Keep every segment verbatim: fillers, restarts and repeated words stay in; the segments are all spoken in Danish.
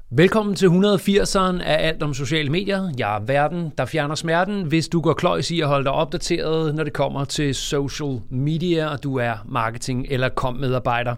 Velkommen til et hundrede og firseren af alt om sociale medier. Jeg er verden, der fjerner smerten, hvis du går kløjs i at holde dig opdateret, når det kommer til social media, og du er marketing- eller kom-medarbejder.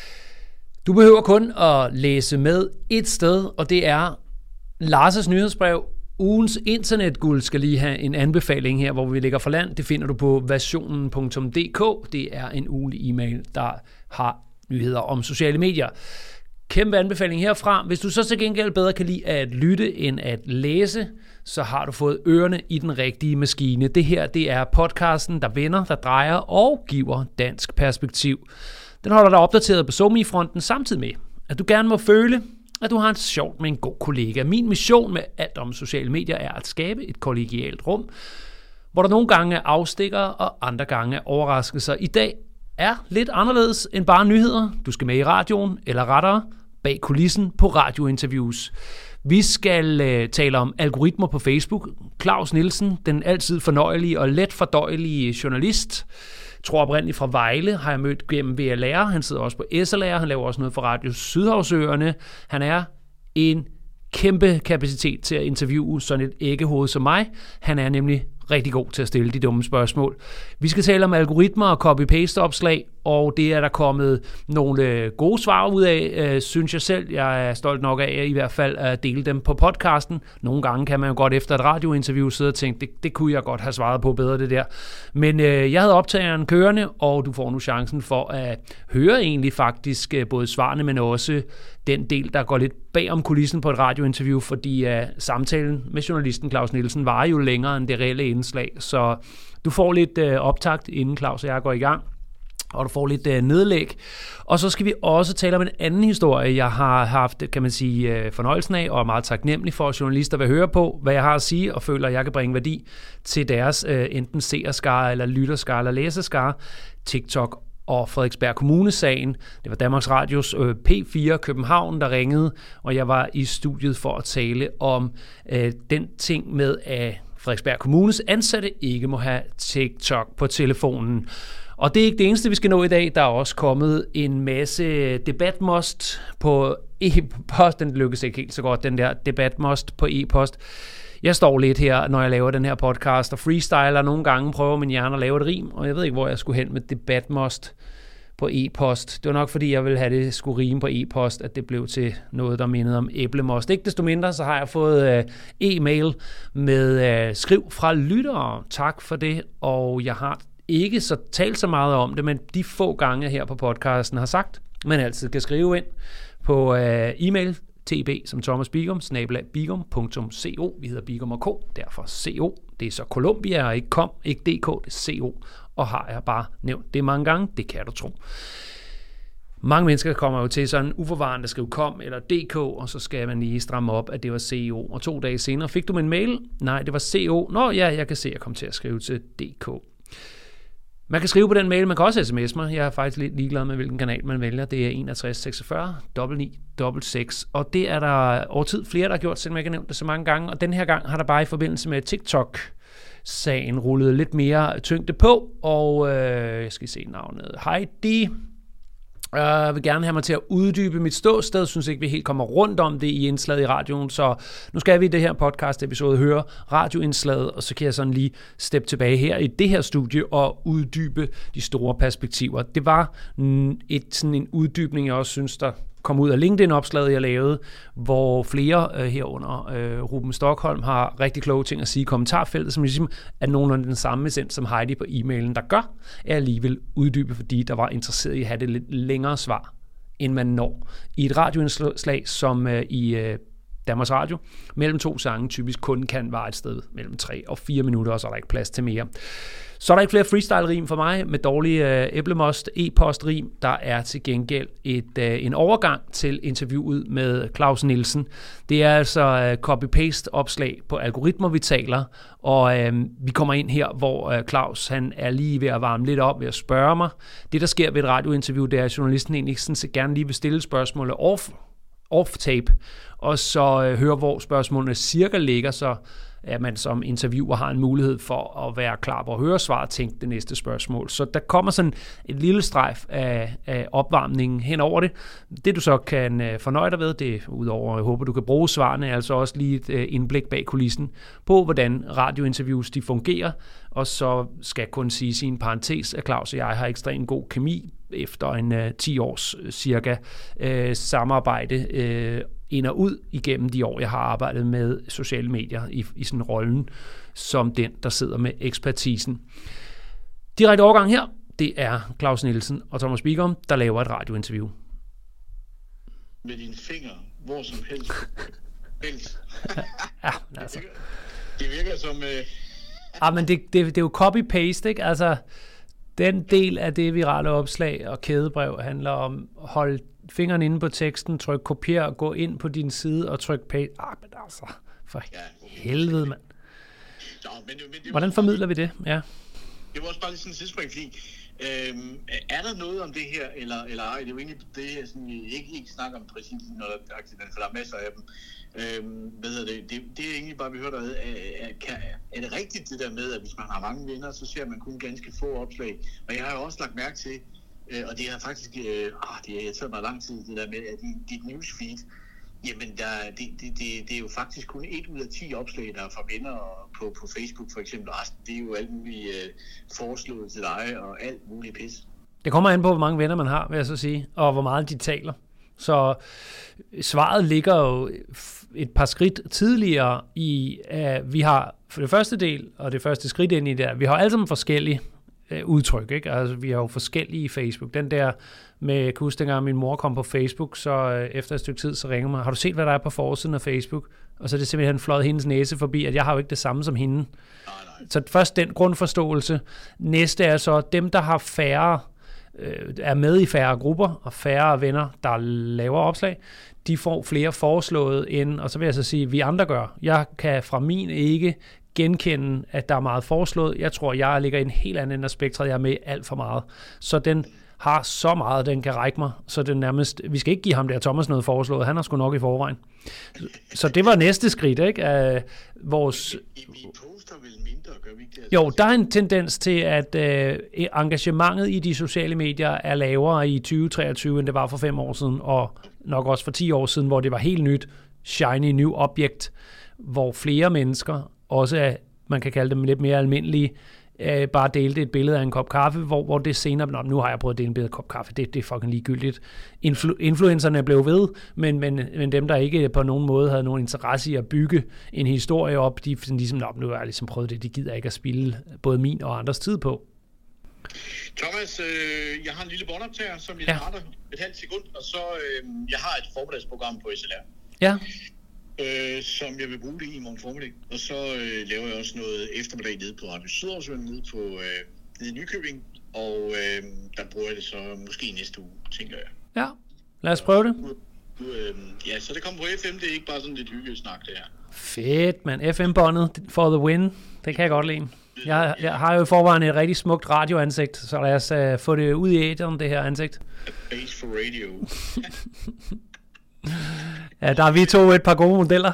Du behøver kun at læse med et sted, og det er Lars' nyhedsbrev. Ugens internetguld skal lige have en anbefaling her, hvor vi ligger for land. Det finder du på versionen punktum d k. Det er en ugentlig e-mail, der har nyheder om sociale medier. Kæmpe anbefaling herfra. Hvis du så til gengæld bedre kan lide at lytte end at læse, så har du fået ørerne i den rigtige maskine. Det her, det er podcasten, der vender, der drejer og giver dansk perspektiv. Den holder dig opdateret på SoMe-fronten samtidig med, at du gerne må føle, at du har en sjovt med en god kollega. Min mission med alt om sociale medier er at skabe et kollegialt rum, hvor der nogle gange er afstikkere og andre gange er overraskelser. I dag er lidt anderledes end bare nyheder. Du skal med i radioen, eller rettere bag kulissen på radiointerviews. Vi skal øh, tale om algoritmer på Facebook. Claus Nielsen, den altid fornøjelige og let fordøjelige journalist, tror oprindeligt fra Vejle, har jeg mødt gennem V L R. Han sidder også på S L R. Han laver også noget for Radio Sydhavsøerne. Han er en kæmpe kapacitet til at interviewe sådan et æggehoved som mig. Han er nemlig rigtig god til at stille de dumme spørgsmål. Vi skal tale om algoritmer og copy-paste-opslag, og det er der kommet nogle gode svar ud af, synes jeg selv. Jeg er stolt nok af i hvert fald at dele dem på podcasten. Nogle gange kan man jo godt efter et radiointerview sidde og tænke, det, det kunne jeg godt have svaret på bedre det der. Men øh, jeg havde optageren kørende, og du får nu chancen for at høre egentlig faktisk både svarene, men også den del, der går lidt bag om kulissen på et radiointerview, fordi uh, samtalen med journalisten Claus Nielsen var jo længere end det reelle indslag. Så du får lidt uh, optakt, inden Claus og jeg går i gang, og du får lidt uh, nedlæg. Og så skal vi også tale om en anden historie, jeg har haft, kan man sige, uh, fornøjelsen af, og er meget taknemmelig for, at journalister vil høre på, hvad jeg har at sige, og føler, at jeg kan bringe værdi til deres uh, enten seerskare, eller lytterskare, eller læserskare, TikTok og Frederiksberg Kommune-sagen. Det var Danmarks Radios øh, P fire København, der ringede, og jeg var i studiet for at tale om øh, den ting med, at Frederiksberg Kommunes ansatte ikke må have TikTok på telefonen. Og det er ikke det eneste, vi skal nå i dag. Der er også kommet en masse debatmost på e-post. Den lykkes ikke helt så godt, den der debatmost på e-post. Jeg står lidt her, når jeg laver den her podcast, og freestyler nogle gange, prøver min hjerne at lave et rim, og jeg ved ikke, hvor jeg skulle hen med debatmost på e-post. Det var nok, fordi jeg ville have det skulle rime på e-post, at det blev til noget, der mindede om æblemost. Ikke desto mindre, så har jeg fået uh, e-mail med uh, skriv fra lyttere. Tak for det, og jeg har ikke så talt så meget om det, men de få gange her på podcasten har sagt, man altid kan skrive ind på uh, e-mail, tb som Thomas Bigum, snabel-a bigum punktum co. Vi hedder Bigum og K, derfor co. Det er så Columbia og ikke kom, ikke dk, det er co. Og har jeg bare nævnt det mange gange, det kan du tro. Mange mennesker kommer jo til sådan uforvarende at skrive kom eller dk, og så skal man lige stramme op, at det var co. Og to dage senere fik du min mail. Nej, det var co. Nå ja, jeg kan se, at jeg kom til at skrive til dk. Man kan skrive på den mail, man kan også sms'e mig. Jeg er faktisk lidt ligeglad med, hvilken kanal man vælger. Det er enogtres seksogfyrre ni ni seks, og det er der over tid flere, der har gjort, selvom jeg ikke har nævnt det så mange gange. Og den her gang har der bare i forbindelse med TikTok-sagen rullet lidt mere tyngde på, og øh, jeg skal se navnet. Heidi. Jeg vil gerne have mig til at uddybe mit ståsted. Jeg synes ikke, vi helt kommer rundt om det i indslaget i radioen, så nu skal vi i det her podcast-episode høre radioindslaget, og så kan jeg sådan lige steppe tilbage her i det her studie og uddybe de store perspektiver. Det var et, sådan en uddybning, jeg også synes, der kom ud af LinkedIn-opslaget, jeg lavede, hvor flere øh, herunder øh, Ruben Stockholm har rigtig kloge ting at sige i kommentarfeltet, som ligesom er nogenlunde den samme essens, som Heidi på e-mailen, der gør, er alligevel uddybe, fordi der var interesseret i at have det lidt længere svar, end man når i et radioindslag, som øh, i øh, Danmarks Radio, mellem to sange typisk kun kan være et sted mellem tre og fire minutter, og så er der ikke plads til mere. Så er der ikke flere freestyle-rim for mig med dårlige øh, æblemost, e-post-rim. Der er til gengæld et, øh, en overgang til interviewet med Claus Nielsen. Det er altså øh, copy-paste-opslag på algoritmer, vi taler, og øh, vi kommer ind her, hvor øh, Claus han er lige ved at varme lidt op ved at spørge mig. Det, der sker ved et radiointerview, det er, at journalisten egentlig sådan, så gerne lige vil stille spørgsmålet off, off-tape, og så øh, høre, hvor spørgsmålene cirka ligger, så at man som interviewer har en mulighed for at være klar på at høre svar og tænke det næste spørgsmål. Så der kommer sådan et lille strejf af, af opvarmningen hen over det. Det du så kan fornøje dig ved, det udover, jeg håber du kan bruge svarene, er altså også lige et indblik bag kulissen på, hvordan radiointerviews de fungerer. Og så skal jeg kun sige i en parentes, at Claus og jeg har ekstremt god kemi efter en uh, ti års cirka uh, samarbejde uh, ind og ud igennem de år, jeg har arbejdet med sociale medier i, i sådan rollen som den, der sidder med ekspertisen. Direkte overgang her, det er Claus Nielsen og Thomas Bigum, der laver et radiointerview. Med dine fingre, hvor som helst. helst. ja, altså. Det virker, det virker som... Uh... ah, men det, det, det er jo copy-paste, ikke? Altså, den del af det virale opslag og kædebrev handler om at holde fingeren inde på teksten, tryk kopier, gå ind på din side og tryk paste. Ah, men altså, for ja, okay. helvede, mand. Ja, men, men det Hvordan formidler vi det? Ja. Det var også bare lige sådan en tidsspring, fordi øhm, er der noget om det her, eller, eller ej, det er jo egentlig det, jeg sådan, ikke, ikke snakker om præcis, når der er accident, for der er masser af dem. Øhm, hvad hedder det? det? Det er egentlig bare, vi hørte, er, er, er, er det rigtigt det der med, at hvis man har mange venner, så ser man kun ganske få opslag. Og jeg har jo også lagt mærke til, øh, og det har faktisk, øh, åh, det har irriteret mig lang tid, det der med, at dit newsfeed, jamen der, det, det, det, det er jo faktisk kun et ud af ti opslag, der er fra venner på, på Facebook for eksempel. Resten, det er jo alt muligt øh, foreslået til dig og alt muligt pis. Det kommer an på, hvor mange venner man har, vil jeg så sige, og hvor meget de taler. Så svaret ligger jo et par skridt tidligere i, at vi har for det første del, og det første skridt ind i det, vi har alle sammen forskellige udtryk, ikke? Altså, vi har jo forskellige i Facebook. Den der med, jeg kan huske, dengang min mor kom på Facebook, så efter et stykke tid, så ringer man, har du set, hvad der er på forsiden af Facebook? Og så er det simpelthen fløjet hendes næse forbi, at jeg har jo ikke det samme som hende. Nej, nej. Så først den grundforståelse. Næste er så dem, der har færre, øh, er med i færre grupper, og færre venner, der laver opslag, de får flere foreslået end, og så vil jeg så sige, at vi andre gør. Jeg kan fra min ikke genkende, at der er meget foreslået. Jeg tror, jeg ligger i en helt anden ende af spektret. Jeg er med alt for meget. Så den har så meget, den kan række mig. Så den nærmest, vi skal ikke give ham der Thomas noget foreslået. Han har sgu nok i forvejen. Så det var næste skridt, ikke? Af vores... Vi poster vel mindre, gør vi ikke det? Jo, der er en tendens til, at øh, engagementet i de sociale medier er lavere i tyve treogtyve, end det var for fem år siden, og nok også for ti år siden, hvor det var helt nyt, shiny new object, hvor flere mennesker også er, man kan kalde dem lidt mere almindelige, øh, bare delte et billede af en kop kaffe, hvor, hvor det senere, nu har jeg prøvet at dele et billede af en kop kaffe, det, det er fucking ligegyldigt. Influ, influencerne blev ved, men, men, men dem, der ikke på nogen måde havde nogen interesse i at bygge en historie op, de sådan ligesom, nu har jeg ligesom prøvet det, de gider ikke at spilde både min og andres tid på. Thomas, øh, jeg har en lille båndoptager, som jeg ja. starter et halvt sekund, og så øh, jeg har et formiddagsprogram på S L R. Ja. Øh, som jeg vil bruge det i morgen formiddag. Og så øh, laver jeg også noget eftermiddag nede på Radio Sydarsøen, nede på øh, nede i Nykøbing. Og øh, der bruger jeg det så måske næste uge, tænker jeg. Ja, lad os prøve det. Nu, øh, ja, så det kommer på F M, det er ikke bare sådan lidt hyggesnak, det her. Fedt, man. F M-båndet for the win. Det kan jeg godt lide. Jeg, jeg har jo i forvejen et rigtig smukt radioansigt, så lad os uh, få det ud i æteren, det her ansigt. Base for radio. Ja, der er vi to et par gode modeller.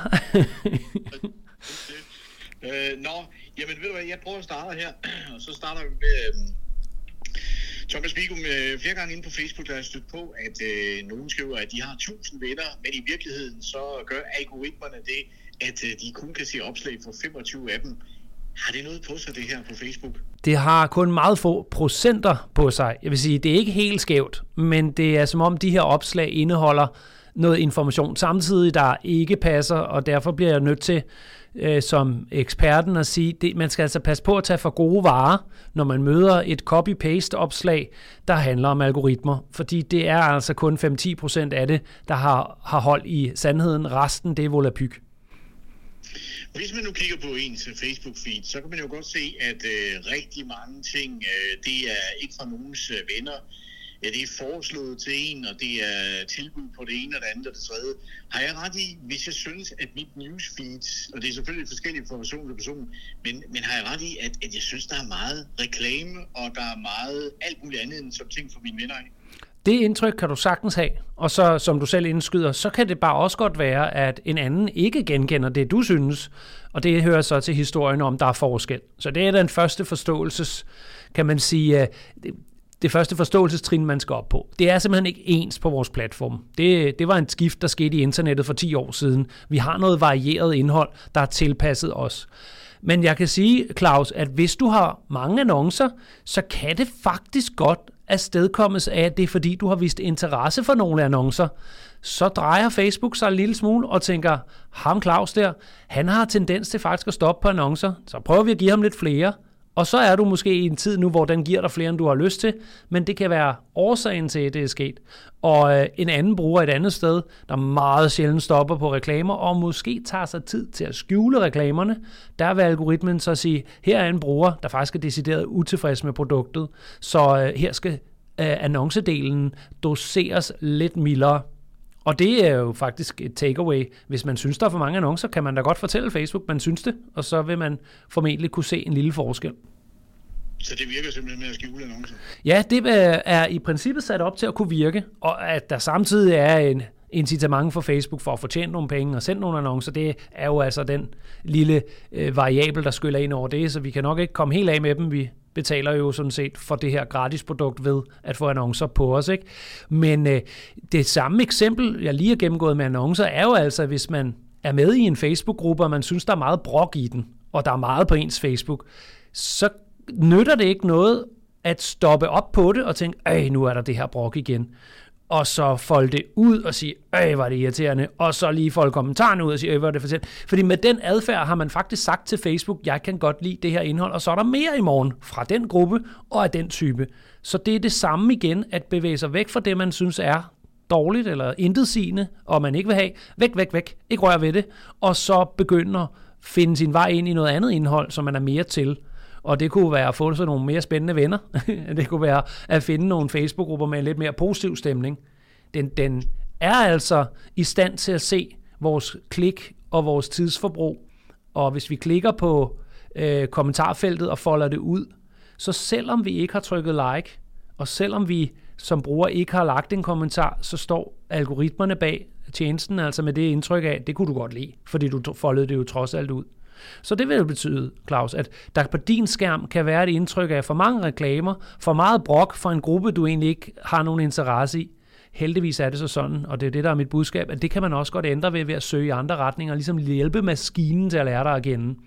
øh, nå, jamen ved du hvad, jeg prøver at starte her, og så starter vi med øh, Thomas Bigum. Øh, flere gange inde på Facebook, der har jeg stødt på, at øh, nogen skriver, at de har tusind venner, men i virkeligheden så gør algoritmerne det, at øh, de kun kan se opslag for femogtyve af dem. Har det noget på sig, det her på Facebook? Det har kun meget få procenter på sig. Jeg vil sige, det er ikke helt skævt, men det er som om, de her opslag indeholder noget information samtidig, der ikke passer, og derfor bliver jeg nødt til øh, som eksperten at sige, det, man skal altså passe på at tage for gode varer, når man møder et copy-paste-opslag, der handler om algoritmer, fordi det er altså kun fem til ti procent af det, der har, har hold i sandheden. Resten, det er volapyk. Hvis man nu kigger på ens Facebook-feed, så kan man jo godt se, at øh, rigtig mange ting, øh, det er ikke fra nogens øh, venner. Ja, det er foreslået til en, og det er tilbud på det ene og det andet og det tredje. Har jeg ret i, hvis jeg synes, at mit newsfeed, og det er selvfølgelig forskellige fra person til person, men, men har jeg ret i, at, at jeg synes, der er meget reklame, og der er meget alt muligt andet end som ting for mine venner? Det indtryk kan du sagtens have, og så, som du selv indskyder, så kan det bare også godt være, at en anden ikke genkender det, du synes, og det hører så til historien om, der er forskel. Så det er den første forståelses, kan man sige, det, det første forståelsestrin, man skal op på. Det er simpelthen ikke ens på vores platform. Det, det var en skift, der skete i internettet for ti år siden. Vi har noget varieret indhold, der er tilpasset os. Men jeg kan sige, Claus, at hvis du har mange annoncer, så kan det faktisk godt afstedkommes af, at det er fordi, du har vist interesse for nogle annoncer. Så drejer Facebook sig en lille smule og tænker, ham Claus der, han har tendens til faktisk at stoppe på annoncer, så prøver vi at give ham lidt flere. Og så er du måske i en tid nu, hvor den giver dig flere, end du har lyst til, men det kan være årsagen til, at det er sket. Og øh, en anden bruger et andet sted, der meget sjældent stopper på reklamer, og måske tager sig tid til at skjule reklamerne, der vil algoritmen så sige, her er en bruger, der faktisk er decideret utilfreds med produktet, så øh, her skal øh, annoncedelen doseres lidt mildere. Og det er jo faktisk et takeaway. Hvis man synes, der er for mange annoncer, kan man da godt fortælle Facebook, man synes det, og så vil man formentlig kunne se en lille forskel. Så det virker simpelthen med at skjule annoncer? Ja, det er i princippet sat op til at kunne virke, og at der samtidig er en incitament for Facebook for at fortjene nogle penge og sende nogle annoncer, det er jo altså den lille øh, variabel, der skyller ind over det, så vi kan nok ikke komme helt af med dem. Vi betaler jo sådan set for det her gratis produkt ved at få annoncer på os, ikke? Men øh, det samme eksempel, jeg lige har gennemgået med annoncer, er jo altså, hvis man er med i en Facebook-gruppe, og man synes, der er meget brok i den, og der er meget på ens Facebook, så nytter det ikke noget at stoppe op på det og tænke, ej, nu er der det her brok igen. Og så folde det ud og sige, øh, var det irriterende, og så lige folde kommentarerne ud og sige, øh, var det fortæt. Fordi med den adfærd har man faktisk sagt til Facebook, jeg kan godt lide det her indhold, og så er der mere i morgen fra den gruppe og af den type. Så det er det samme igen, at bevæge sig væk fra det, man synes er dårligt eller intetsigende, og man ikke vil have. Væk, væk, væk. Ikke rør ved det. Og så begynde at finde sin vej ind i noget andet indhold, som man er mere til. Og det kunne være at få sig nogle mere spændende venner. Det kunne være at finde nogle Facebook-grupper med en lidt mere positiv stemning. Den, den er altså i stand til at se vores klik og vores tidsforbrug. Og hvis vi klikker på øh, kommentarfeltet og folder det ud, så selvom vi ikke har trykket like, og selvom vi som bruger ikke har lagt en kommentar, så står algoritmerne bag tjenesten altså med det indtryk af, det kunne du godt lide, fordi du foldede det jo trods alt ud. Så det vil jo betyde, Claus, at der på din skærm kan være et indtryk af for mange reklamer, for meget brok for en gruppe, du egentlig ikke har nogen interesse i. Heldigvis er det så sådan, og det er det, der er mit budskab, at det kan man også godt ændre ved, ved at søge i andre retninger, ligesom hjælpe maskinen til at lære dig at kende.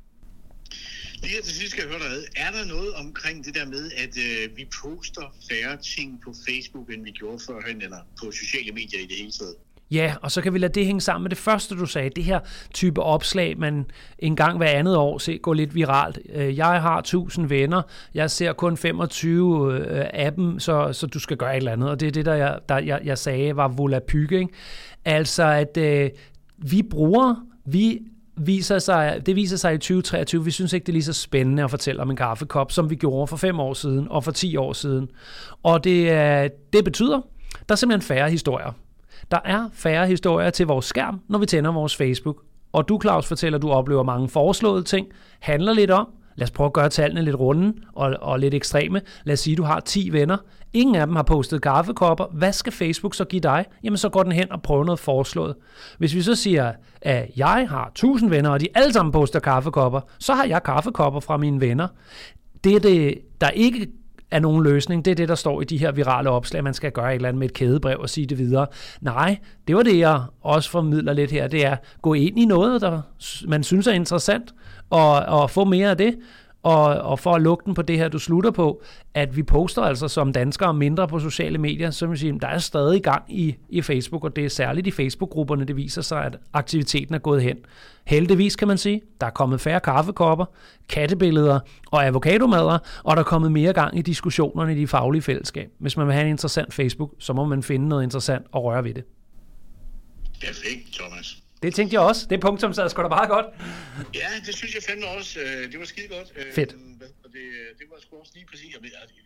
Lige til sidst skal jeg høre dig, er der noget omkring det der med, at øh, vi poster færre ting på Facebook, end vi gjorde førhen, eller på sociale medier i det hele taget? Ja, og så kan vi lade det hænge sammen med det første, du sagde. Det her type opslag, man en gang hver andet år ser gå lidt viralt. Jeg har tusind venner, jeg ser kun femogtyve af dem, så, så du skal gøre et eller andet. Og det er det, der jeg, der jeg, jeg sagde, var volapyk, ikke? Altså, at øh, vi bruger, vi viser sig, det viser sig i tyve treogtyve, vi synes ikke, det er lige så spændende at fortælle om en kaffekop, som vi gjorde for fem år siden og for ti år siden. Og det, det betyder, der er simpelthen færre historier. Der er færre historier til vores skærm, når vi tænder vores Facebook. Og du, Claus, fortæller, at du oplever mange foreslåede ting. Handler lidt om, lad os prøve at gøre tallene lidt runde og, og lidt ekstreme. Lad os sige, at du har ti venner. Ingen af dem har postet kaffekopper. Hvad skal Facebook så give dig? Jamen, så går den hen og prøver noget foreslået. Hvis vi så siger, at jeg har tusind venner, og de alle sammen poster kaffekopper, så har jeg kaffekopper fra mine venner. Det er det, der ikke er nogen løsning. Det er det, der står i de her virale opslag. Man skal gøre et eller andet med et kædebrev og sige det videre. Nej, det var det, jeg også formidler lidt her. Det er gå ind i noget, der man synes er interessant, og, og få mere af det. Og, og for at lukke den på det her, du slutter på, at vi poster altså som danskere mindre på sociale medier, så vil sige, der er stadig gang i, i Facebook, og det er særligt i Facebook-grupperne, det viser sig, at aktiviteten er gået hen. Heldigvis kan man sige, der er kommet færre kaffekopper, kattebilleder og avocadomadder, og der er kommet mere gang i diskussionerne i de faglige fællesskab. Hvis man vil have en interessant Facebook, så må man finde noget interessant og røre ved det. Perfekt, Thomas. Det tænkte jeg også. Det punktum sad sgu da meget godt. Ja, det synes jeg fandme også. Det var skide godt. Fedt. Det, det var sgu også lige præcis.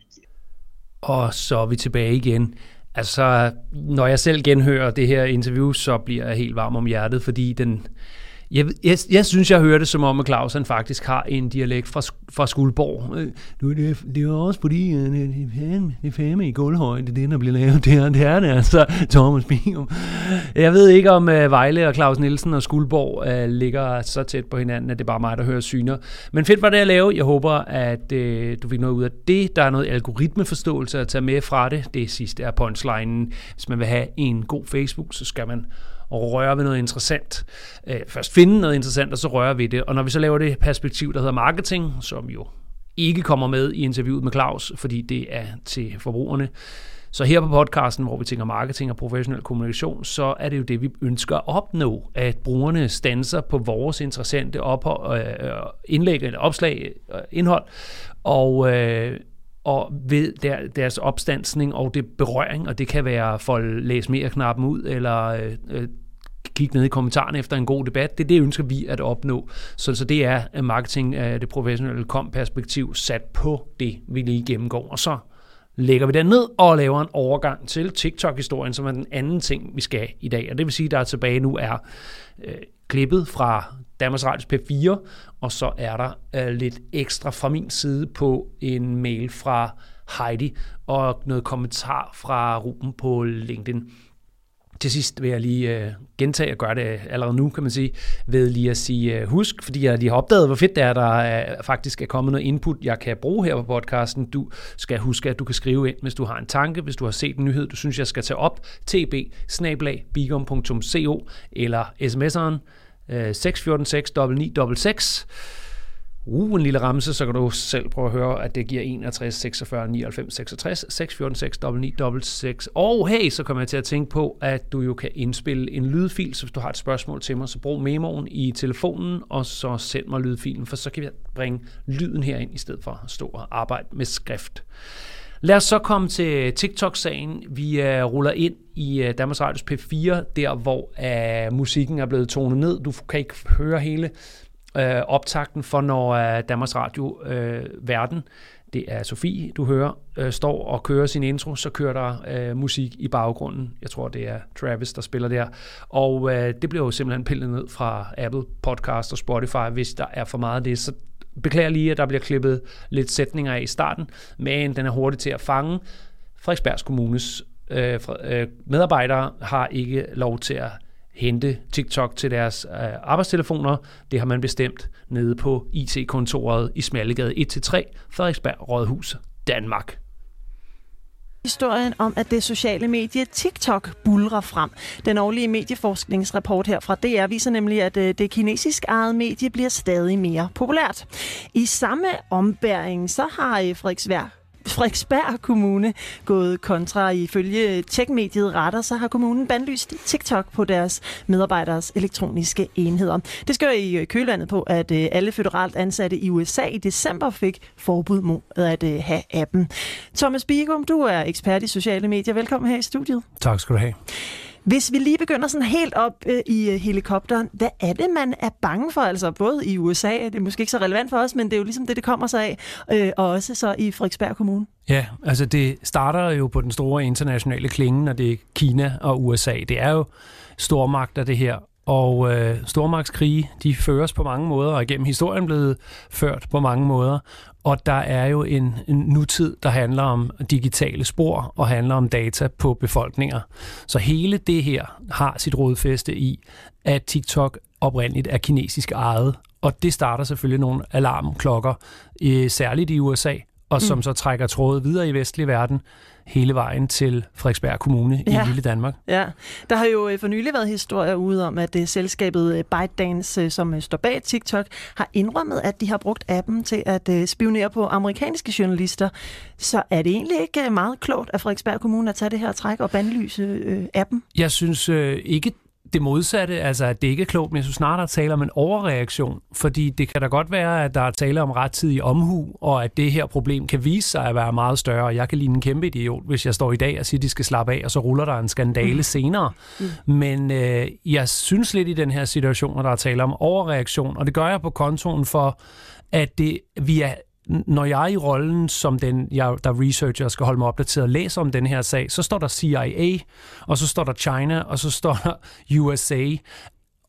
Og så er vi tilbage igen. Altså, når jeg selv genhører det her interview, så bliver jeg helt varm om hjertet, fordi den, Jeg, jeg, jeg synes, jeg hører det som om, at Claus han faktisk har en dialekt fra, fra Skuldborg. Nu, det, det er jo også fordi, det er fandme i gulvhøjde, det er det, der bliver lavet der. Det er det altså, Thomas Bigum. Jeg ved ikke, om uh, Vejle og Claus Nielsen og Skuldborg uh, ligger så tæt på hinanden, at det er bare mig, der hører syner. Men fedt var det at lave. Jeg håber, at uh, du fik noget ud af det. Der er noget algoritmeforståelse at tage med fra det. Det sidste er punchlinen. Hvis man vil have en god Facebook, så skal man og røre ved noget interessant. Først finde noget interessant, og så røre ved det. Og når vi så laver det perspektiv, der hedder marketing, som jo ikke kommer med i interviewet med Claus, fordi det er til forbrugerne. Så her på podcasten, hvor vi tænker marketing og professionel kommunikation, så er det jo det, vi ønsker at opnå, at brugerne standser på vores interessante ophold, indlæg eller opslag, indhold, og og ved der, deres opstandsning og det berøring, og det kan være for at læse mere knappen ud, eller øh, kigge ned i kommentarerne efter en god debat. Det er det, ønsker vi at opnå. Så, så det er marketing af det professionelle kom-perspektiv sat på det, vi lige gennemgår. Og så lægger vi den ned og laver en overgang til TikTok-historien, som er den anden ting, vi skal i dag. Og det vil sige, at der er tilbage nu er øh, klippet fra Danmarks Radios P fire, og så er der øh, lidt ekstra fra min side på en mail fra Heidi, og noget kommentar fra Ruben på LinkedIn. Til sidst vil jeg lige øh, gentage og gøre det allerede nu, kan man sige, ved lige at sige øh, husk, fordi jeg lige har opdaget, hvor fedt det er, der er, faktisk er kommet noget input, jeg kan bruge her på podcasten. Du skal huske, at du kan skrive ind, hvis du har en tanke, hvis du har set en nyhed, du synes, jeg skal tage op, tb bindestreg bigum punktum co eller sms'eren øh, seks fjorten seks ni ni seks seks. Uh, en lille ramse, så kan du selv prøve at høre, at det giver enogtres seksogfyrre nioghalvfems seksogtres, seks fjorten seks ni ni seks seks. Og hey, så kommer jeg til at tænke på, at du jo kan indspille en lydfil, så hvis du har et spørgsmål til mig, så brug memoen i telefonen, og så send mig lydfilen, for så kan vi bringe lyden herind, i stedet for at stå og arbejde med skrift. Lad os så komme til TikTok-sagen. Vi uh, ruller ind i uh, Danmarks Radios P fire, der hvor uh, musikken er blevet tonet ned. Du kan ikke høre hele Øh, optakten for, når øh, Danmarks Radio øh, Verden, det er Sofie, du hører, øh, står og kører sin intro, så kører der øh, musik i baggrunden. Jeg tror, det er Travis, der spiller der. Og øh, det bliver jo simpelthen pillet ned fra Apple Podcast og Spotify, hvis der er for meget af det. Så beklager lige, at der bliver klippet lidt sætninger af i starten, men den er hurtig til at fange. Frederiksbergs Kommunes øh, øh, medarbejdere har ikke lov til at hente TikTok til deres øh, arbejdstelefoner. Det har man bestemt nede på I T-kontoret i Smallegade et til tre, Frederiksberg Rådhus, Danmark. Historien om, at det sociale medie TikTok buldrer frem. Den årlige medieforskningsrapport her fra D R viser nemlig, at det kinesisk ejede medie bliver stadig mere populært. I samme ombæring så har Frederiksberg Frederiksberg Kommune gået kontra. Ifølge tech-mediet Radar, så har kommunen bandlyst TikTok på deres medarbejderes elektroniske enheder. Det sker i kølvandet på, at alle føderalt ansatte i U S A i december fik forbud mod at have appen. Thomas Bigum, du er ekspert i sociale medier. Velkommen her i studiet. Tak skal du have. Hvis vi lige begynder sådan helt op øh, i helikopteren, hvad er det, man er bange for? Altså både i U S A, det er måske ikke så relevant for os, men det er jo ligesom det, det kommer sig af, øh, og også så i Frederiksberg Kommune. Ja, altså det starter jo på den store internationale klinge, når det er Kina og U S A. Det er jo stormagter, det her. Og øh, stormagtskrige, de føres på mange måder, og gennem historien blevet ført på mange måder. Og der er jo en, en nutid, der handler om digitale spor og handler om data på befolkninger. Så hele det her har sit rodfæste i, at TikTok oprindeligt er kinesisk ejet. Og det starter selvfølgelig nogle alarmklokker, øh, særligt i U S A, og som mm. så trækker trådet videre i vestlig verden, hele vejen til Frederiksberg Kommune ja. i lille Danmark. Ja, der har jo for nylig været historier ude om, at selskabet ByteDance, som står bag TikTok, har indrømmet, at de har brugt appen til at spionere på amerikanske journalister. Så er det egentlig ikke meget klogt af Frederiksberg Kommune at tage det her træk og bandlyse appen? Jeg synes øh, ikke det modsatte, altså at det ikke er klogt, men jeg synes snart, at tale om en overreaktion, fordi det kan da godt være, at der er tale om rettidig omhu, og at det her problem kan vise sig at være meget større, og jeg kan ligne en kæmpe idiot, hvis jeg står i dag og siger, at de skal slappe af, og så ruller der en skandale mm. senere. Mm. Men øh, jeg synes lidt i den her situation, at der er tale om overreaktion, og det gør jeg på kontoen for, at det, vi er når jeg er i rollen som den, jeg, der researcher og skal holde mig opdateret og læser om den her sag, så står der C I A, og så står der China, og så står der U S A.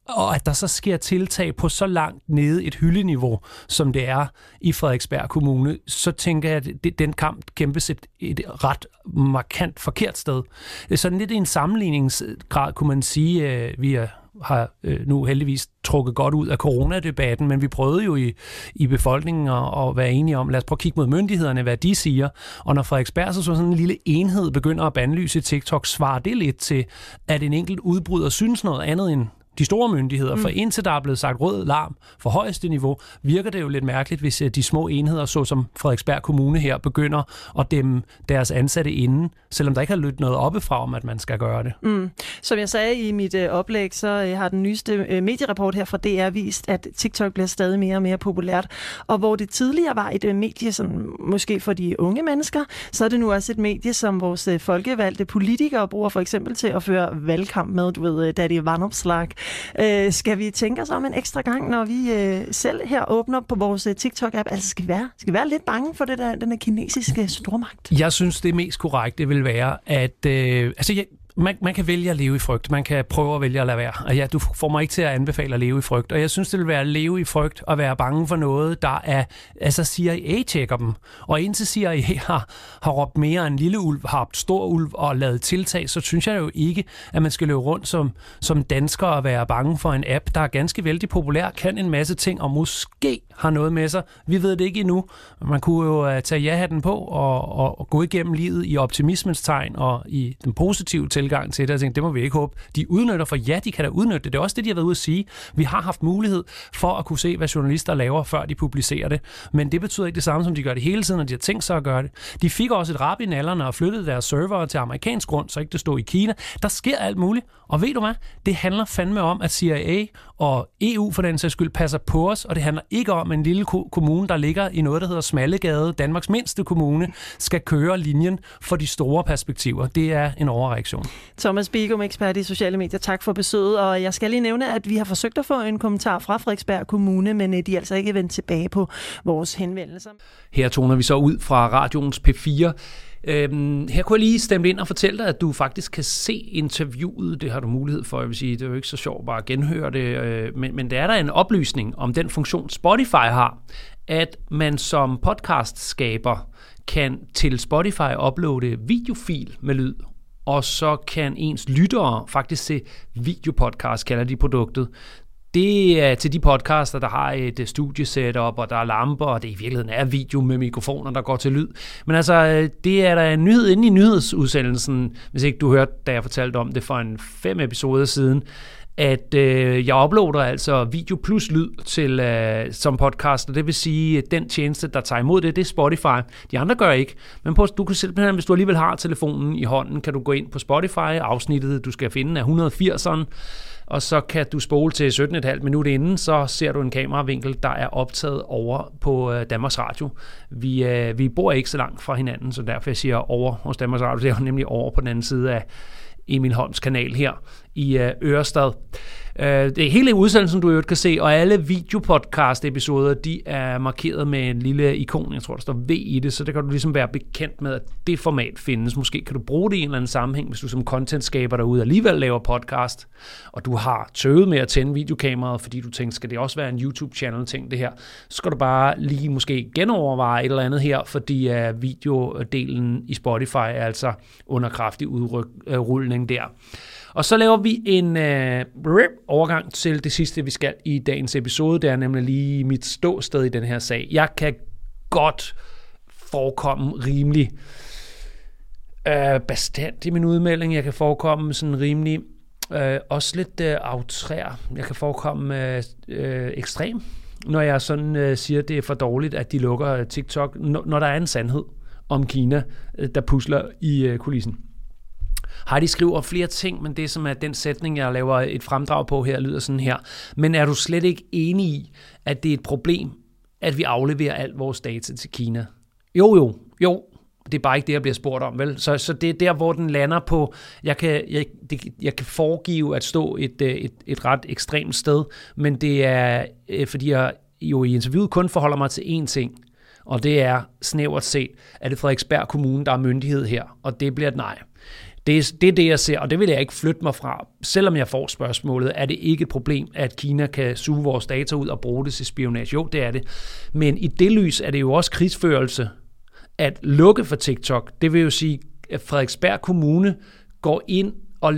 og at der så sker tiltag på så langt nede et hyldeniveau, som det er i Frederiksberg Kommune, så tænker jeg, at den kamp kæmpes et, et ret markant forkert sted. Sådan lidt i en sammenligningsgrad kunne man sige, at vi er har øh, nu heldigvis trukket godt ud af coronadebatten, men vi prøvede jo i, i befolkningen at, at være enige om, lad os prøve at kigge mod myndighederne, hvad de siger. Og når Frederiksberg så sådan en lille enhed begynder at bandlyse i TikTok, svarer det lidt til, at en enkelt udbryder synes noget andet end de store myndigheder. Mm. For indtil der er blevet sagt rød larm for højeste niveau, virker det jo lidt mærkeligt, hvis de små enheder, såsom Frederiksberg Kommune her, begynder at dæmme deres ansatte inden, selvom der ikke har lyttet noget oppefra om, at man skal gøre det. Mm. Som jeg sagde i mit øh, oplæg, så øh, har den nyeste øh, medierapport her fra D R vist, at TikTok bliver stadig mere og mere populært. Og hvor det tidligere var et øh, medie, som måske for de unge mennesker, så er det nu også et medie, som vores øh, folkevalgte politikere bruger for eksempel til at føre valgkamp med, du ved, Daddy Vanopslagh. Øh, skal vi tænke os om en ekstra gang, når vi øh, selv her åbner på vores øh, TikTok-app? Altså, skal vi, være, skal vi være lidt bange for det der, den der kinesiske stormagt? Jeg synes, det mest korrekte vil være, at øh, altså, jeg, man, man kan vælge at leve i frygt. Man kan prøve at vælge at lade være. Og ja, du får mig ikke til at anbefale at leve i frygt. Og jeg synes, det vil være at leve i frygt og være bange for noget, der er... Altså, C I A tjekker dem. Og indtil C I A har, har råbt mere end lille ulv, har råbt stor ulv og lavet tiltag, så synes jeg jo ikke, at man skal løbe rundt som, som dansker og være bange for en app, der er ganske vældig populær, kan en masse ting og måske har noget med sig. Vi ved det ikke endnu. Man kunne jo tage ja-hatten på og, og, og gå igennem livet i optimismens tegn og i den positive tilgang til det. Jeg tænkte, det må vi ikke håbe. De udnytter, for ja, de kan da udnytte det. Det er også det, de har været ude at sige. Vi har haft mulighed for at kunne se, hvad journalister laver, før de publicerer det. Men det betyder ikke det samme, som de gør det hele tiden, når de har tænkt sig at gøre det. De fik også et rap i nallerne og flyttede deres server til amerikansk grund, så ikke det stod i Kina. Der sker alt muligt. Og ved du hvad? Det handler fandme om, at C I A og E U for den sags skyld passer på os, og det handler ikke om, at en lille kommune, der ligger i noget, der hedder Smallegade, Danmarks mindste kommune, skal køre linjen for de store perspektiver. Det er en overreaktion. Thomas Bigum, ekspert i sociale medier, tak for besøget, og jeg skal lige nævne, at vi har forsøgt at få en kommentar fra Frederiksberg Kommune, men de er altså ikke vendt tilbage på vores henvendelser. Her toner vi så ud fra radioens P fire. Øhm, her kunne jeg lige stemme ind og fortælle dig, at du faktisk kan se interviewet. Det har du mulighed for. Jeg vil sige, det er jo ikke så sjovt bare at genhøre det, øh, men, men der er der en oplysning om den funktion, Spotify har, at man som podcastskaber kan til Spotify uploade videofil med lyd, og så kan ens lyttere faktisk se videopodcast, kalder de produktet. Det er til de podcaster, der har et studiesetup, og der er lamper, og det i virkeligheden er video med mikrofoner, der går til lyd. Men altså, det er der en nyhed inde i nyhedsudsendelsen, hvis ikke du hørte, da jeg fortalte om det for en fem episoder siden, at øh, jeg uploader altså video plus lyd til øh, som podcast, og det vil sige, at den tjeneste, der tager imod det, det er Spotify. De andre gør ikke, men på, du kan simpelthen, hvis du alligevel har telefonen i hånden, kan du gå ind på Spotify, afsnittet, du skal finde, er et hundrede og firseren, og så kan du spole til sytten komma fem minut inden, så ser du en kameravinkel, der er optaget over på øh, Danmarks Radio. Vi, øh, vi bor ikke så langt fra hinanden, så derfor jeg siger over hos Danmarks Radio, det er jo nemlig over på den anden side af Emil Holms kanal her i øh, Ørestad. Det er hele udsendelsen, du jo kan se, og alle videopodcast-episoder, de er markeret med en lille ikon, jeg tror, der står V i det, så det kan du ligesom være bekendt med, at det format findes. Måske kan du bruge det i en eller anden sammenhæng, hvis du som contentskaber derude alligevel laver podcast, og du har tøvet med at tænde videokameraet, fordi du tænker, skal det også være en YouTube-channel-ting, det her, så skal du bare lige måske genoverveje et eller andet her, fordi uh, videodelen i Spotify er altså under kraftig udrulning der. Og så laver vi en øh, overgang til det sidste, vi skal i dagens episode. Det er nemlig lige mit ståsted i den her sag. Jeg kan godt forekomme rimelig øh, bastant i min udmelding. Jeg kan forekomme sådan rimelig øh, også lidt øh, outrær. Jeg kan forekomme øh, øh, ekstrem, når jeg sådan øh, siger, at det er for dårligt, at de lukker TikTok, når, når der er en sandhed om Kina, øh, der pusler i øh, kulissen. Heidi skriver flere ting, men det som er den sætning, jeg laver et fremdrag på her, lyder sådan her. Men er du slet ikke enig i, at det er et problem, at vi afleverer alt vores data til Kina? Jo, jo, jo. Det er bare ikke det, jeg bliver spurgt om, vel? Så, så det er der, hvor den lander på, jeg kan, jeg, det, jeg kan foregive at stå et, et, et ret ekstremt sted, men det er, fordi jeg jo i interviewet kun forholder mig til én ting, og det er snævert set, at det er Frederiksberg Kommune, der er myndighed her, og det bliver et nej. Det er, det er det, jeg ser, og det vil jeg ikke flytte mig fra. Selvom jeg får spørgsmålet, er det ikke et problem, at Kina kan suge vores data ud og bruge det til spionage? Jo, det er det. Men i det lys er det jo også krigsførelse at lukke for TikTok. Det vil jo sige, at Frederiksberg Kommune går ind og...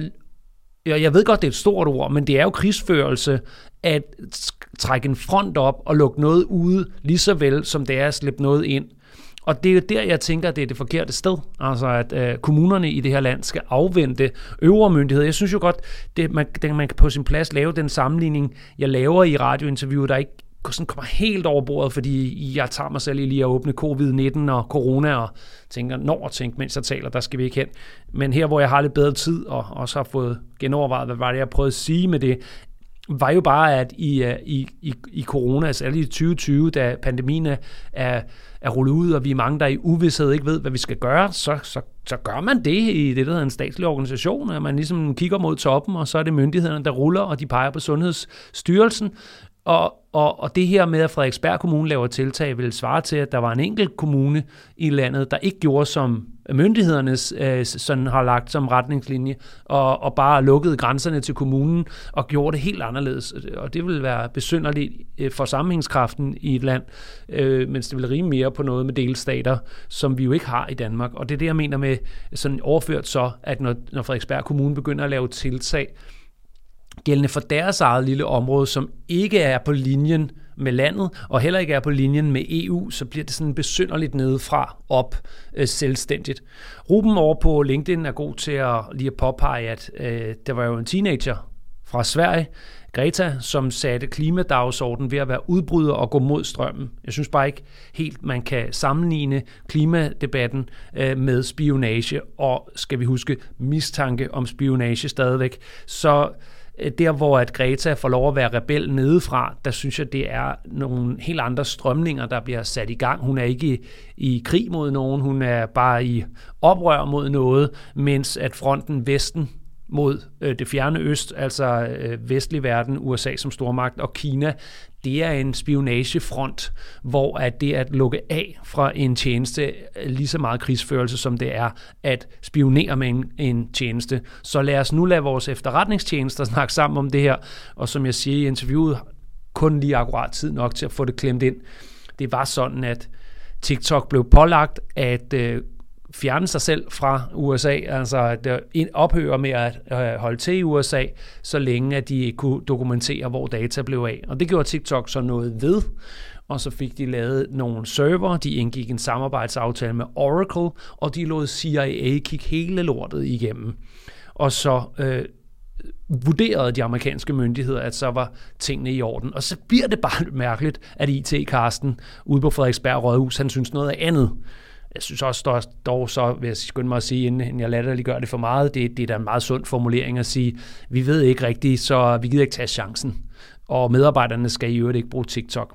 Jeg ved godt, det er et stort ord, men det er jo krigsførelse at trække en front op og lukke noget ude, lige så vel som det er at slippe noget ind. Og det er jo der, jeg tænker, at det er det forkerte sted. Altså, at øh, kommunerne i det her land skal afvente øvre myndigheder. Jeg synes jo godt, det, man, det, man kan på sin plads lave den sammenligning, jeg laver i radiointerviewet, der ikke sådan kommer helt over bordet, fordi jeg tager mig selv i lige at åbne covid nitten og corona og tænker, når at tænke, mens jeg taler, der skal vi ikke hen. Men her, hvor jeg har lidt bedre tid og også har fået genovervejet, hvad var det, jeg prøvede at sige med det, var jo bare, at i, i, i, i corona, altså i tyve tyve, da pandemien er, er rullet ud, og vi er mange, der i uvidshed ikke ved, hvad vi skal gøre, så, så, så gør man det i det, der hedder en statslig organisation, at man ligesom kigger mod toppen, og så er det myndighederne, der ruller, og de peger på Sundhedsstyrelsen. Og, og, og det her med, at Frederiksberg Kommune laver tiltag, vil svare til, at der var en enkelt kommune i landet, der ikke gjorde, som myndighederne øh, sådan har lagt som retningslinje, og, og bare lukkede grænserne til kommunen og gjorde det helt anderledes. Og det vil være besynderligt for sammenhængskraften i et land, øh, mens det vil rime mere på noget med delstater, som vi jo ikke har i Danmark. Og det er det, jeg mener med sådan overført så, at når, når Frederiksberg Kommune begynder at lave tiltag, gældende for deres eget lille område, som ikke er på linjen med landet, og heller ikke er på linjen med E U, så bliver det sådan besynderligt nedefra op øh, selvstændigt. Ruben over på LinkedIn er god til at lige at påpege, at øh, der var jo en teenager fra Sverige, Greta, som satte klimadagsordenen ved at være udbryder og gå mod strømmen. Jeg synes bare ikke helt, man kan sammenligne klimadebatten øh, med spionage, og skal vi huske mistanke om spionage stadigvæk, så der, hvor at Greta får lov at være rebel nedefra, der synes jeg, det er nogle helt andre strømninger, der bliver sat i gang. Hun er ikke i, i krig mod nogen, hun er bare i oprør mod noget, mens at fronten Vesten mod øh, det fjerne øst, altså øh, vestlig verden, U S A som stormagt og Kina, det er en spionagefront, hvor at det at lukke af fra en tjeneste lige så meget krigsførelse, som det er at spionere med en, en tjeneste. Så lad os nu lade vores efterretningstjenester snakke sammen om det her, og som jeg siger i interviewet, kun lige akkurat tid nok til at få det klemt ind. Det var sådan, at TikTok blev pålagt at øh, fjerne sig selv fra U S A, altså at ophøre med at holde til i U S A, så længe at de ikke kunne dokumentere, hvor data blev af. Og det gjorde TikTok så noget ved, og så fik de lavet nogle server, de indgik en samarbejdsaftale med Oracle, og de lod C I A kigge hele lortet igennem. Og så øh, vurderede de amerikanske myndigheder, at så var tingene i orden. Og så bliver det bare lidt mærkeligt, at I T-Karsten ude på Frederiksberg Rådhus, han synes noget andet. Jeg synes også, dog så vil jeg skynde mig at sige, inden jeg latterliggør det for meget, det, det er da en meget sund formulering at sige, vi ved ikke rigtigt, så vi gider ikke tage chancen. Og medarbejderne skal i øvrigt ikke bruge TikTok.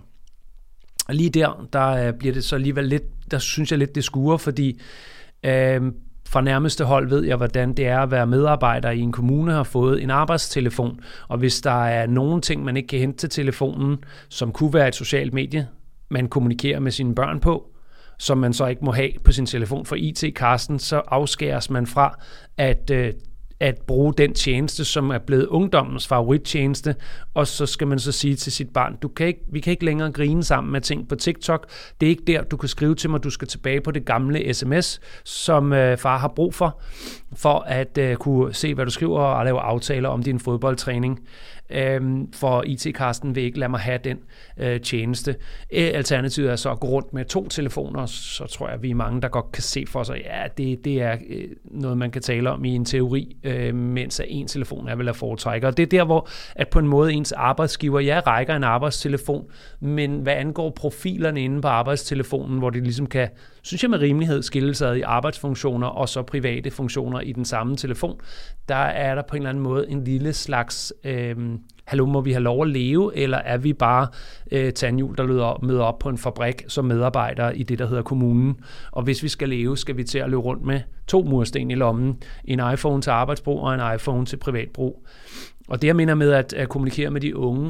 Og lige der, der bliver det så alligevel lidt, der synes jeg lidt, det skuer, fordi øh, fra nærmeste hold ved jeg, hvordan det er at være medarbejder i en kommune, har fået en arbejdstelefon. Og hvis der er nogle ting, man ikke kan hente til telefonen, som kunne være et socialt medie, man kommunikerer med sine børn på, som man så ikke må have på sin telefon for I T-Karsten, så afskæres man fra at, øh, at bruge den tjeneste, som er blevet ungdommens favorittjeneste, og så skal man så sige til sit barn, du kan ikke, vi kan ikke længere grine sammen med ting på TikTok, det er ikke der, du kan skrive til mig, du skal tilbage på det gamle sms, som øh, far har brug for, for at øh, kunne se, hvad du skriver og lave aftaler om din fodboldtræning. Øhm, for I T-Karsten vil ikke lade mig have den øh, tjeneste. Alternativet er så at gå rundt med to telefoner, så tror jeg, at vi er mange, der godt kan se for sig, ja, det, det er øh, noget, man kan tale om i en teori, øh, mens at en telefon er vel at foretrække. Og det er der, hvor at på en måde ens arbejdsgiver, ja, rækker en arbejdstelefon, men hvad angår profilerne inde på arbejdstelefonen, hvor det ligesom kan, synes jeg med rimelighed, skille sig i arbejdsfunktioner og så private funktioner i den samme telefon, der er der på en eller anden måde en lille slags øh, hallo, må vi have lov at leve, eller er vi bare øh, tandhjul, der møder op på en fabrik som medarbejdere i det, der hedder kommunen? Og hvis vi skal leve, skal vi til at løbe rundt med to mursten i lommen, en iPhone til arbejdsbrug og en iPhone til privatbrug. Og det, jeg mener med at, at kommunikere med de unge,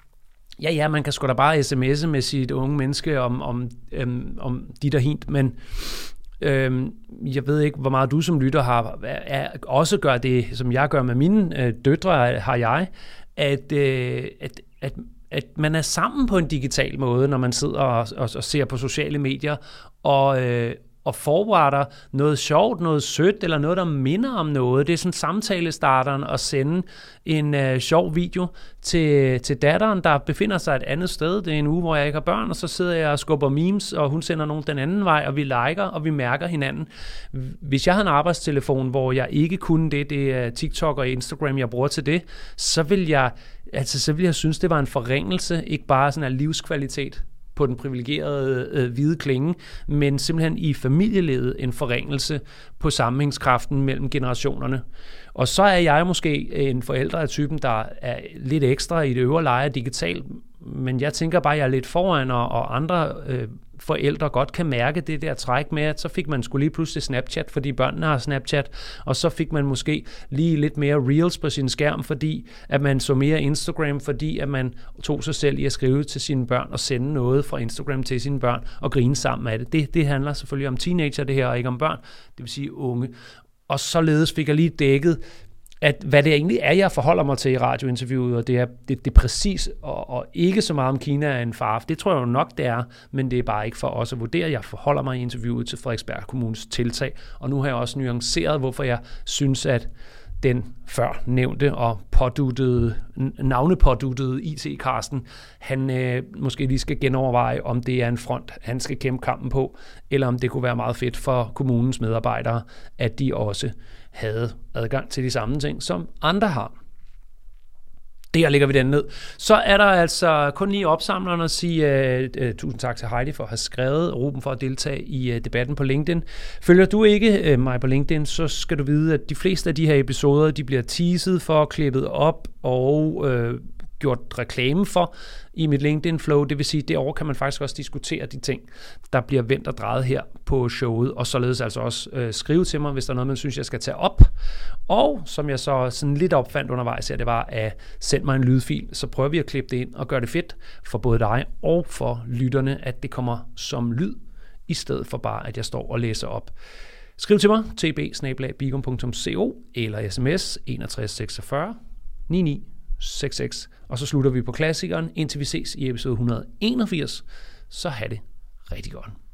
ja, ja, man kan sgu da bare sms'e med sit unge menneske om, om, øhm, om dit og hint, men Øhm, jeg ved ikke, hvor meget du som lytter har, er, også gør det, som jeg gør med mine øh, døtre, har jeg, at, øh, at, at, at man er sammen på en digital måde, når man sidder og, og, og ser på sociale medier, og, øh, og forbereder noget sjovt, noget sødt, eller noget, der minder om noget. Det er sådan samtalestarteren at sende en øh, sjov video til, til datteren, der befinder sig et andet sted. Det er en uge, hvor jeg ikke har børn, og så sidder jeg og skubber memes, og hun sender nogen den anden vej, og vi liker, og vi mærker hinanden. Hvis jeg havde en arbejdstelefon, hvor jeg ikke kunne det, det er TikTok og Instagram, jeg bruger til det, så vil jeg, altså, så vil jeg synes, det var en forringelse, ikke bare sådan en livskvalitet på den privilegerede øh, hvide klinge, men simpelthen i familielivet en forringelse på sammenhængskraften mellem generationerne. Og så er jeg måske en forælder af typen, der er lidt ekstra i det øvre leje digitalt, men jeg tænker bare, at jeg er lidt foran, og andre øh, forældre godt kan mærke det der træk med, at så fik man skulle lige pludselig Snapchat, fordi børnene har Snapchat, og så fik man måske lige lidt mere reels på sin skærm, fordi at man så mere Instagram, fordi at man tog sig selv i at skrive til sine børn og sende noget fra Instagram til sine børn og grine sammen af det. Det, det handler selvfølgelig om teenager, det her, og ikke om børn, det vil sige unge. Og således fik jeg lige dækket, at hvad det egentlig er, jeg forholder mig til i radiointerviewet, og det er, det, det er præcis, og, og ikke så meget om Kina er en fare. Det tror jeg jo nok, det er, men det er bare ikke for os at vurdere. Jeg forholder mig i interviewet til Frederiksberg Kommunes tiltag, og nu har jeg også nuanceret, hvorfor jeg synes, at den før nævnte og påduttede, navnepåduttede I T-Karsten, han øh, måske lige skal genoverveje, om det er en front, han skal kæmpe kampen på, eller om det kunne være meget fedt for kommunens medarbejdere, at de også havde adgang til de samme ting, som andre har. Der lægger vi den ned. Så er der altså kun lige opsamlerne at sige uh, uh, tusind tak til Heidi for at have skrevet, og Ruben for at deltage i uh, debatten på LinkedIn. Følger du ikke uh, mig på LinkedIn, så skal du vide, at de fleste af de her episoder, de bliver teaset for, klippet op og uh, gjort reklame for i mit LinkedIn-flow. Det vil sige, at det år kan man faktisk også diskutere de ting, der bliver vendt og drejet her på showet, og således altså også øh, skrive til mig, hvis der er noget, man synes, jeg skal tage op. Og som jeg så sådan lidt opfandt undervejs her, det var at sende mig en lydfil, så prøver vi at klippe det ind og gøre det fedt for både dig og for lytterne, at det kommer som lyd, i stedet for bare, at jeg står og læser op. Skriv til mig, t b bindestreg bigum punktum co eller sms enogtres seksogfyrre niogtyve seks seks, og så slutter vi på klassikeren, indtil vi ses i episode et hundrede og enogfirs. Så have det rigtig godt.